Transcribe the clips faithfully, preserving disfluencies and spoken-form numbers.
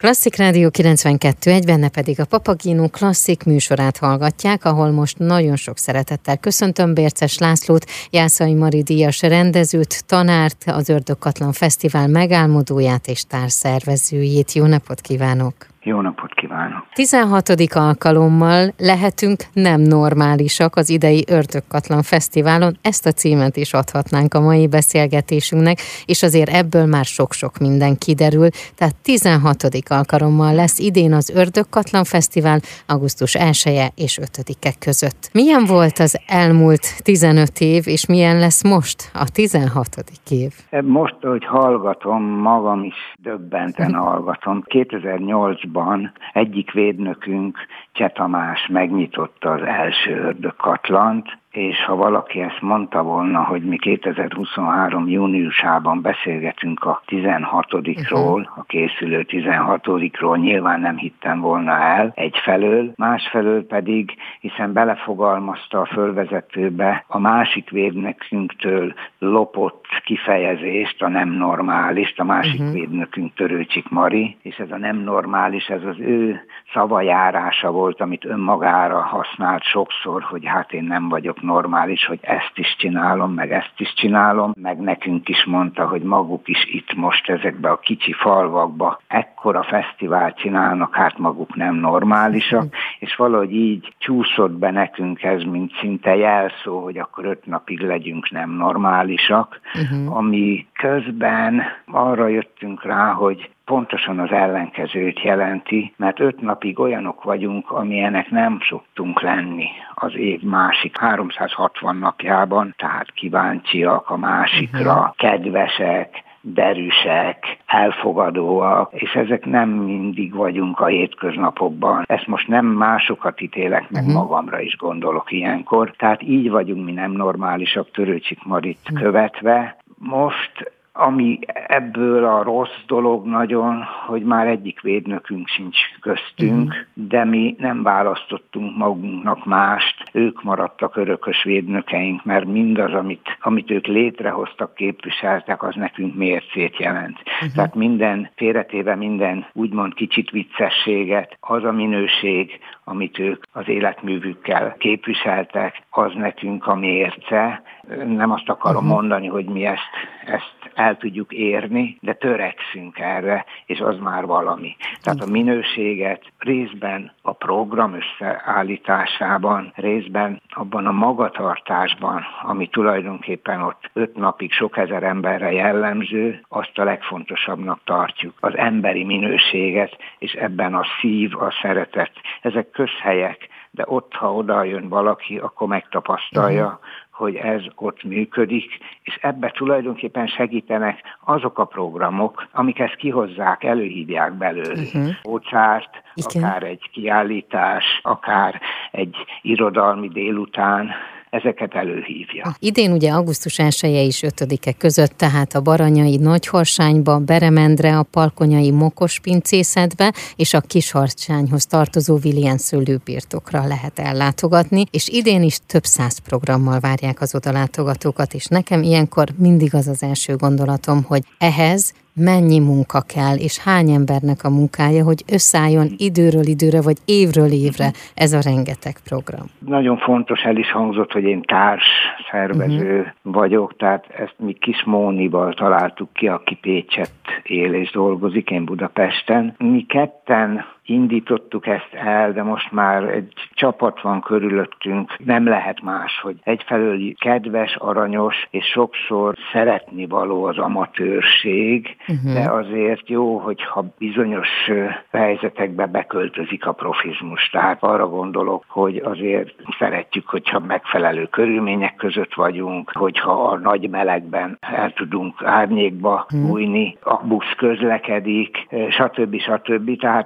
Klasszik Rádió kilencvenkettő egy, benne pedig a Papagino klasszik műsorát hallgatják, ahol most nagyon sok szeretettel köszöntöm Bérces Lászlót, Jászai Mari díjas rendezőt, tanárt, az Ördögkatlan Fesztivál megálmodóját és társszervezőjét. Jó napot kívánok! Jó napot kívánok! tizenhatodik alkalommal lehetünk nem normálisak az idei Ördögkatlan Fesztiválon. Ezt a címet is adhatnánk a mai beszélgetésünknek, és azért ebből már sok-sok minden kiderül. Tehát tizenhatodik alkalommal lesz idén az Ördögkatlan Fesztivál augusztus elseje és ötödike között. Milyen volt az elmúlt tizenöt év, és milyen lesz most a tizenhatodik év? Most, hogy hallgatom, magam is döbbenten hallgatom. kétezer-nyolcban egyik védnökünk, Cseh Tamás megnyitotta az első Ördögkatlant, és ha valaki ezt mondta volna, hogy mi kétezer-huszonhárom júniusában beszélgetünk a tizenhatodikról, a készülő tizenhatodikról, nyilván nem hittem volna el egyfelől, másfelől pedig, hiszen belefogalmazta a fölvezetőbe a másik védnökünktől lopott kifejezést, a nem normálist, a másik uh-huh. védnökünk Törőcsik Mari, és ez a nem normális, ez az ő szavajárása volt, amit önmagára használt sokszor, hogy hát én nem vagyok normális, hogy ezt is csinálom, meg ezt is csinálom, meg nekünk is mondta, hogy maguk is itt most ezekbe a kicsi falvakba ekkora fesztivált csinálnak, hát maguk nem normálisak, mm. és valahogy így csúszott be nekünk ez, mint szinte jelszó, hogy akkor öt napig legyünk nem normálisak, uh-huh. ami közben arra jöttünk rá, hogy pontosan az ellenkezőt jelenti, mert öt napig olyanok vagyunk, amilyenek nem szoktunk lenni az év másik háromszázhatvan napjában, tehát kíváncsiak a másikra, uh-huh. kedvesek, derűsek, elfogadóak, és ezek nem mindig vagyunk a hétköznapokban. Ezt most nem másokat ítélek, meg uh-huh. magamra is gondolok ilyenkor. Tehát így vagyunk mi nem normálisak, Törőcsik Marit uh-huh. követve. Most ami ebből a rossz dolog nagyon, hogy már egyik védnökünk sincs köztünk, uh-huh. de mi nem választottunk magunknak mást, ők maradtak örökös védnökeink, mert mindaz, amit, amit ők létrehoztak, képviseltek, az nekünk mércét jelent. Uh-huh. Tehát minden, félretéve minden úgymond kicsit viccességet, az a minőség, amit ők az életművükkel képviseltek, az nekünk a mérce. Nem azt akarom uh-huh. mondani, hogy mi ezt, ezt el tudjuk érni, de törekszünk erre, és az már valami. Tehát a minőséget részben a program összeállításában, részben abban a magatartásban, ami tulajdonképpen ott öt napig sok ezer emberre jellemző, azt a legfontosabbnak tartjuk. Az emberi minőséget, és ebben a szív, a szeretet. Ezek közhelyek, de ott, ha oda jön valaki, akkor megtapasztalja, uh-huh. hogy ez ott működik, és ebbe tulajdonképpen segítenek azok a programok, amik ezt kihozzák, előhívják belőle. Uh-huh. Ócárt, akár egy kiállítás, akár egy irodalmi délután, ezeket előhívja. Idén ugye augusztus elseje és ötödike között, tehát a Baranyai Nagyharsányba, Beremendre, a Palkonyai Mokospincészetbe és a Kisharcsányhoz tartozó Vilien szőlőbirtokra lehet ellátogatni, és idén is több száz programmal várják az odalátogatókat, és nekem ilyenkor mindig az az első gondolatom, hogy ehhez mennyi munka kell, és hány embernek a munkája, hogy összeálljon időről időre, vagy évről évre ez a rengeteg program. Nagyon fontos, el is hangzott, hogy én társ szervező uh-huh. vagyok, tehát ezt mi Kis Mónival találtuk ki, aki Pécsett él és dolgozik, én Budapesten. Mi ketten indítottuk ezt el, de most már egy csapat van körülöttünk, nem lehet más, hogy egyfelől kedves, aranyos, és sokszor szeretni való az amatőrség, uh-huh. de azért jó, hogyha bizonyos helyzetekbe beköltözik a profizmus. Tehát arra gondolok, hogy azért szeretjük, hogyha megfelelő körülmények között vagyunk, hogyha a nagy melegben el tudunk árnyékba uh-huh. bújni, a busz közlekedik, stb. stb. Tehát ez, ez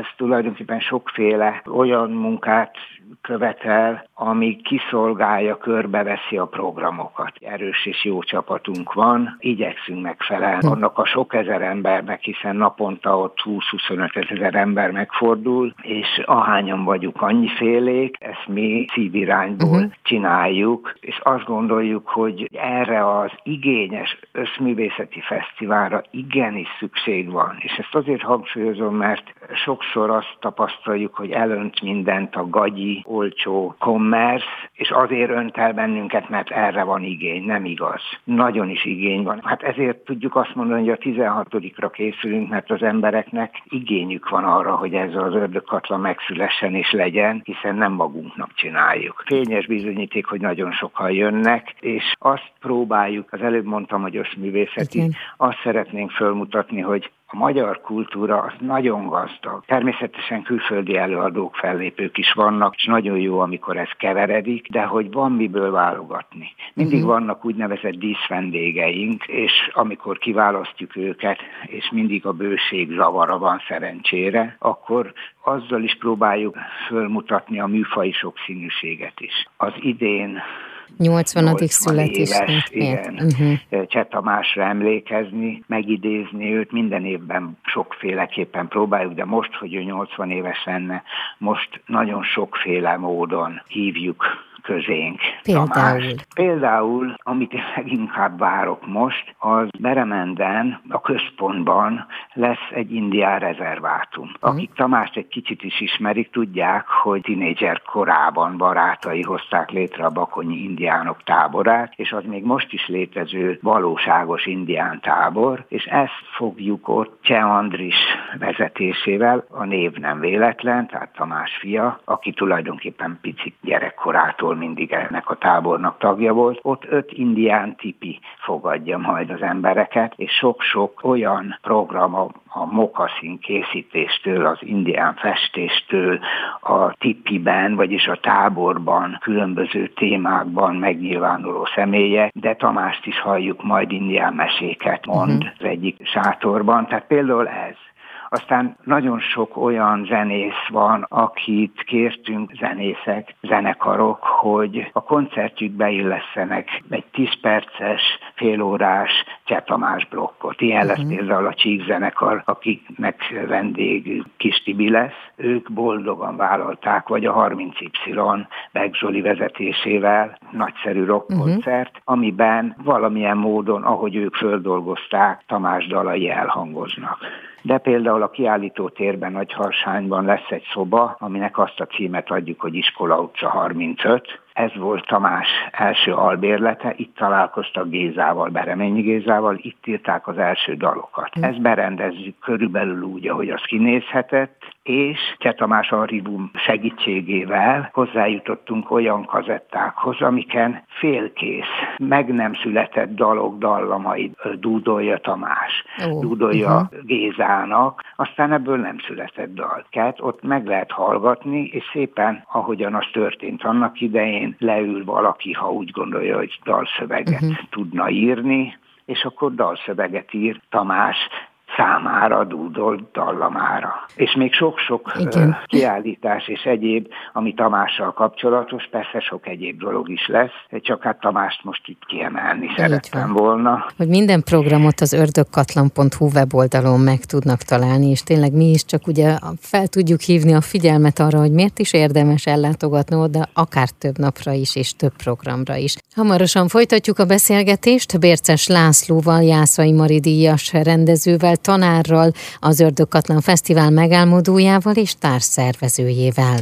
tulajdonképpen sokféle olyan munkát követel, ami kiszolgálja, körbeveszi a programokat. Erős és jó csapatunk van, igyekszünk megfelelni annak a sok ezer embernek, hiszen naponta ott húsz-huszonöt ezer ember megfordul, és ahányan vagyunk annyifélék, ezt mi szívirányból uh-huh. csináljuk, és azt gondoljuk, hogy erre az igényes összművészeti fesztiválra igenis szükség van. És ezt azért hangsúlyozom, mert sokszor azt tapasztaljuk, hogy elönt mindent a gagyi, olcsó commerce, és azért önt el bennünket, mert erre van igény. Nem igaz. Nagyon is igény van. Hát ezért tudjuk azt mondani, hogy a tizenhatodikra készülünk, mert az embereknek igényük van arra, hogy ez az ördögkatlan megszülessen és legyen, hiszen nem magunknak csináljuk. Fényes bizonyíték, hogy nagyon sokan jönnek, és azt próbáljuk, az előbb mondtam, hogy összművészeti, okay. azt szeretnénk fölmutatni, hogy a magyar kultúra az nagyon gazdag. Természetesen külföldi előadók, fellépők is vannak, és nagyon jó, amikor ez keveredik, de hogy van miből válogatni. Mindig uh-huh. vannak úgynevezett díszvendégeink, és amikor kiválasztjuk őket, és mindig a bőség zavara van szerencsére, akkor azzal is próbáljuk fölmutatni a műfaji sokszínűséget is. Az idén nyolcvanadik születésnapját. Igen. Uh-huh. Cseh Tamásra emlékezni, megidézni őt, minden évben sokféleképpen próbáljuk, de most, hogy ő nyolcvan éves lenne, most nagyon sokféle módon hívjuk közénk Például. Tamást. Például, amit én leginkább várok most, az Beremenden, a központban lesz egy indián rezervátum. Akik Tamást egy kicsit is ismerik, tudják, hogy tínédzser korában barátai hozták létre a bakonyi indiánok táborát, és az még most is létező valóságos indián tábor, és ezt fogjuk ott Cseh Andris vezetésével, a név nem véletlen, tehát Tamás fia, aki tulajdonképpen pici gyerekkorától mindig ennek a tábornak tagja volt. Ott öt indián tipi fogadja majd az embereket, és sok-sok olyan program a, a mokaszín készítéstől, az indián festéstől, a tipiben, vagyis a táborban, különböző témákban megnyilvánuló személyek, de Tamást is halljuk, majd indián meséket mond uh-huh. az egyik sátorban. Tehát például ez. Aztán nagyon sok olyan zenész van, akit kértünk, zenészek, zenekarok, hogy a koncertjük beillesztenek egy tíz perces, félórás Cseh Tamás blokkot. Ilyen lesz uh-huh. például a Csík zenekar, akiknek vendég Kis Tibi lesz. Ők boldogan vállalták, vagy a harminc Y Beg Zsoli vezetésével nagyszerű rockkoncert, uh-huh. amiben valamilyen módon, ahogy ők földolgozták, Tamás dalai elhangoznak. De például a kiállító térben Nagyharsányban lesz egy szoba, aminek azt a címet adjuk, hogy Iskola utca harmincöt. Ez volt Tamás első albérlete, itt találkoztak Gézával, Bereményi Gézával, itt írták az első dalokat. Mm. Ezt berendezzük körülbelül úgy, ahogy az kinézhetett, és Cseh Tamás archívum segítségével hozzájutottunk olyan kazettákhoz, amiken félkész, meg nem született dalok dallamait dúdolja Tamás, oh. dúdolja uh-huh. Gézának, aztán ebből nem született dal. Tehát ott meg lehet hallgatni, és szépen, ahogyan az történt annak idején, leül valaki, ha úgy gondolja, hogy dalszöveget uh-huh. tudna írni, és akkor dalszöveget ír Tamás számára, dúdolt dallamára. És még sok-sok uh, kiállítás és egyéb, ami Tamással kapcsolatos, persze sok egyéb dolog is lesz, csak hát Tamást most itt kiemelni így szerettem van. volna. Hogy minden programot az ördögkatlan pont hu weboldalon meg tudnak találni, és tényleg mi is csak ugye fel tudjuk hívni a figyelmet arra, hogy miért is érdemes ellátogatni oda, akár több napra is, és több programra is. Hamarosan folytatjuk a beszélgetést Bérces Lászlóval, Jászai Mari díjas rendezővel, tanárral, az Ördögkatlan Fesztivál megálmodójával és társszervezőjével.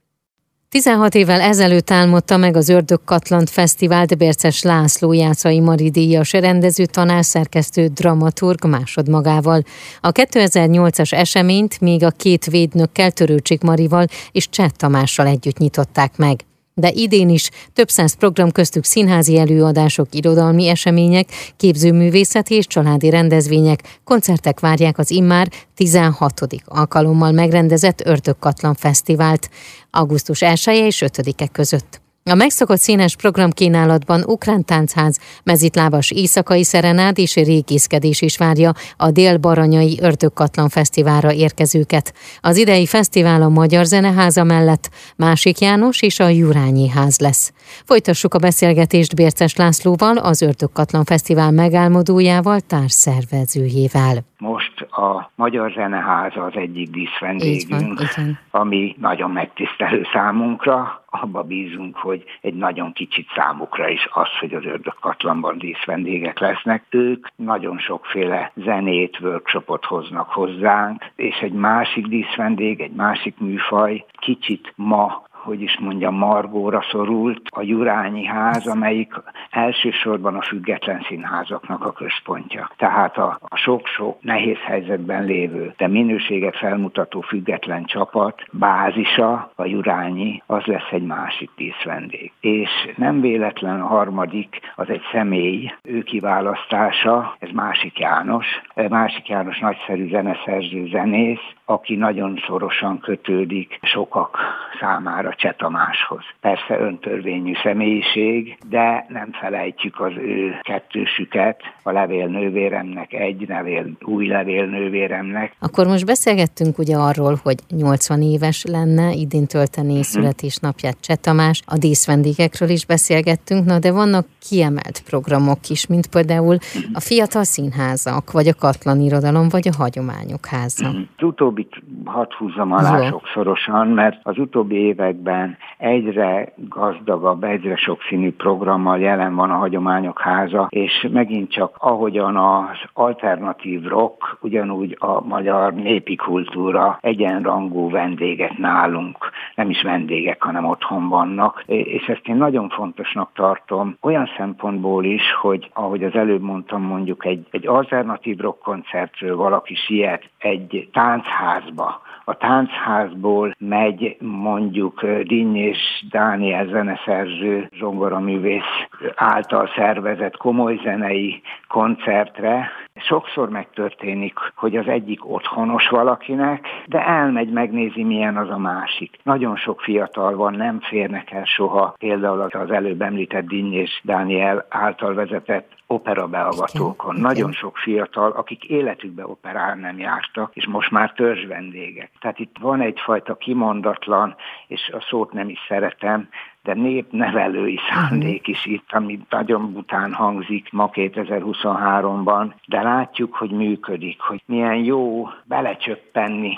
tizenhat évvel ezelőtt álmodta meg az Ördögkatlan Fesztivált Bérces László, Jászai Mari díjas rendező, tanár, szerkesztő, dramaturg másodmagával. A kétezer-nyolcas eseményt még a két védnökkel, Törőcsik Marival és Cseh Tamással együtt nyitották meg. De idén is több száz program, köztük színházi előadások, irodalmi események, képzőművészeti és családi rendezvények, koncertek várják az immár tizenhatodik alkalommal megrendezett Ördögkatlan Fesztivált augusztus elseje és ötödike között. A megszokott színes programkínálatban ukrán táncház, mezitlábas éjszakai szerenád és régészkedés is várja a Dél-Baranyai Ördögkatlan Fesztiválra érkezőket. Az idei fesztivál a Magyar Zeneháza mellett Másik János és a Jurányi Ház lesz. Folytassuk a beszélgetést Bérces Lászlóval, az Ördögkatlan Fesztivál megálmodójával, társszervezőjével. Most a Magyar Zeneháza az egyik díszvendégünk, ami nagyon megtisztelő számunkra. Abba bízunk, hogy egy nagyon kicsit számukra is az, hogy az Ördögkatlanban díszvendégek lesznek. Ők nagyon sokféle zenét, workshopot hoznak hozzánk, és egy másik díszvendég, egy másik műfaj kicsit ma, hogy is mondjam, margóra szorult, a Jurányi Ház, amelyik elsősorban a független színházaknak a központja. Tehát a, a sok-sok nehéz helyzetben lévő, de minőséget felmutató független csapat bázisa, a Jurányi, az lesz egy másik díszvendég. És nem véletlen a harmadik, az egy személy, ő kiválasztása, ez Másik János. Másik János nagyszerű zeneszerző, zenész, aki nagyon szorosan kötődik sokak számára Cseh Tamáshoz. Persze öntörvényű személyiség, de nem felejtjük az ő kettősüket, a levélnővéremnek, egy levél, új levélnővéremnek. Akkor most beszélgettünk ugye arról, hogy nyolcvan éves lenne, idén töltené születésnapját Cseh Tamás, a díszvendégekről is beszélgettünk, na de vannak kiemelt programok is, mint például a Fiatal Színházak, vagy a Katlan Irodalom, vagy a Hagyományok Háza. Az utóbbit hadd húzzam alá Jó. sokszorosan, mert az utóbbi években egyre gazdagabb, egyre sokszínű programmal jelen van a Hagyományok Háza, és megint csak ahogyan az alternatív rock, ugyanúgy a magyar népi kultúra egyenrangú vendégek nálunk, nem is vendégek, hanem otthon vannak, és ezt én nagyon fontosnak tartom, olyan szempontból is, hogy ahogy az előbb mondtam, mondjuk egy, egy alternatív rock koncertről valaki siet egy táncházba, a táncházból megy mondjuk Dinnyés Dániel zeneszerző, zongoraművész által szervezett komoly zenei koncertre. Sokszor megtörténik, hogy az egyik otthonos valakinek, de elmegy, megnézi, milyen az a másik. Nagyon sok fiatal van, nem férnek el soha, például az előbb említett Dinnyés Dániel által vezetett operabeavatókon. Nagyon sok fiatal, akik életükbe operál nem jártak, és most már törzsvendégek. Tehát itt van egyfajta kimondatlan, és a szót nem is szeretem, de népnevelői szándék is itt, ami nagyon bután hangzik ma kétezer-huszonháromban, de látjuk, hogy működik, hogy milyen jó belecsöppenni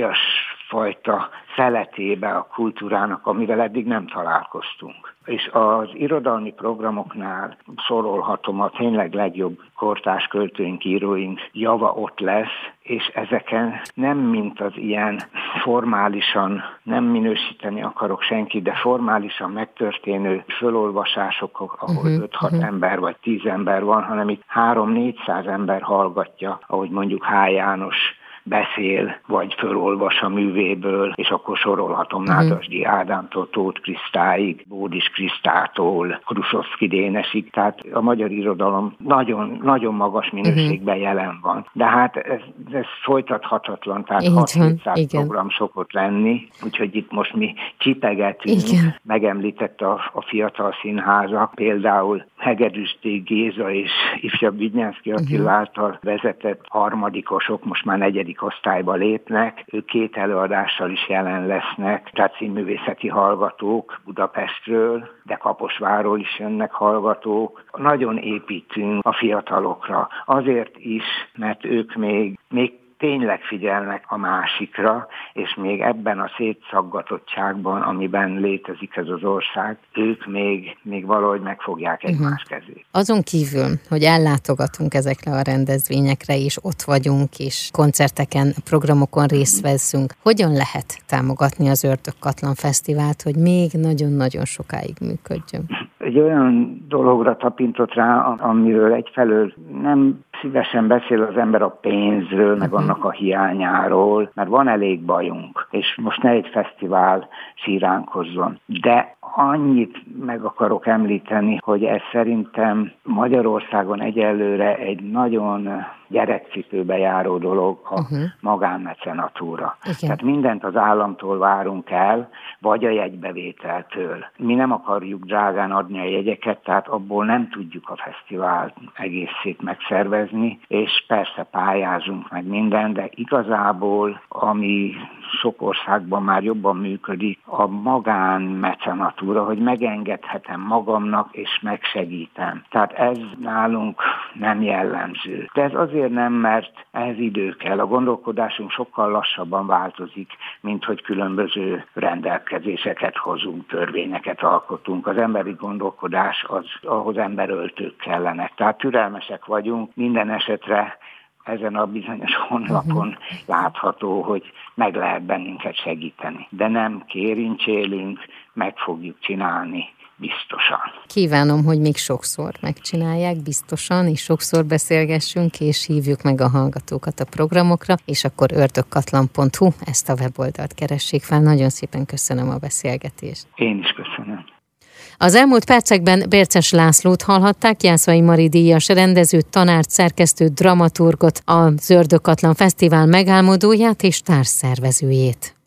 olyasfajta szeletébe a kultúrának, amivel eddig nem találkoztunk. És az irodalmi programoknál sorolhatom a tényleg legjobb kortárs költőink, íróink java ott lesz, és ezeken nem mint az ilyen formálisan, nem minősíteni akarok senkit, de formálisan megtörténő fölolvasások, ahol uh-huh, öt-hat uh-huh. ember vagy tíz ember van, hanem itt három-négyszáz ember hallgatja, ahogy mondjuk H. János beszél, vagy fölolvas a művéből, és akkor sorolhatom uh-huh. Nádasdy Ádámtól Tóth Krisztáig, Bódis Krisztától, Krusovszky Dénesig, tehát a magyar irodalom nagyon, nagyon magas minőségben uh-huh. jelen van. De hát ez, ez folytathatatlan, tehát hat-hétszáz program szokott lenni, úgyhogy itt most mi csipegetünk, igen. megemlített a, a Fiatal Színháza, például Hegedűs Géza és ifjabb Vignyánszky Attila uh-huh. által vezetett harmadikosok most már negyedik osztályba lépnek, ők két előadással is jelen lesznek, tehát színművészeti hallgatók Budapestről, de Kaposvárról is jönnek hallgatók. Nagyon építünk a fiatalokra, azért is, mert ők még, még tényleg figyelnek a másikra, és még ebben a szétszaggatottságban, amiben létezik ez az ország, ők még, még valahogy megfogják egymás uh-huh. kezét. Azon kívül, hogy ellátogatunk ezekre a rendezvényekre, és ott vagyunk, és koncerteken, programokon részt veszünk, hogyan lehet támogatni az Ördögkatlan Fesztivált, hogy még nagyon-nagyon sokáig működjön? Egy olyan dologra tapintott rá, amiről egyfelől nem szívesen beszél az ember a pénzről, meg annak a hiányáról, mert van elég bajunk, és most ne egy fesztivál síránkozzon. De annyit meg akarok említeni, hogy ez szerintem Magyarországon egyelőre egy nagyon gyerekcipőbe járó dolog a uh-huh. magánmecenatúra. Igen. Tehát mindent az államtól várunk el, vagy a jegybevételtől. Mi nem akarjuk drágán adni a jegyeket, tehát abból nem tudjuk a fesztivál egészét megszervezni, és persze pályázunk meg minden, de igazából, ami sok országban már jobban működik, a magánmecenatúra, hogy megengedhetem magamnak, és megsegítem. Tehát ez nálunk nem jellemző. De ez azért nem, mert ehhez idő kell. A gondolkodásunk sokkal lassabban változik, mint hogy különböző rendelkezéseket hozunk, törvényeket alkotunk. Az emberi gondolkodás az, ahhoz emberöltők kellenek. Tehát türelmesek vagyunk, minden esetre ezen a bizonyos honlapon uh-huh. látható, hogy meg lehet bennünket segíteni. De nem kérincsélünk, meg fogjuk csinálni biztosan. Kívánom, hogy még sokszor megcsinálják biztosan, és sokszor beszélgessünk, és hívjuk meg a hallgatókat a programokra, és akkor ördögkatlan pont hu, ezt a weboldalt keressék fel. Nagyon szépen köszönöm a beszélgetést. Én is köszönöm. Az elmúlt percekben Bérces Lászlót hallhatták, Jászai Mari díjas rendezőt, tanárt, szerkesztőt, dramaturgot, az Ördögkatlan Fesztivál megálmodóját és társszervezőjét.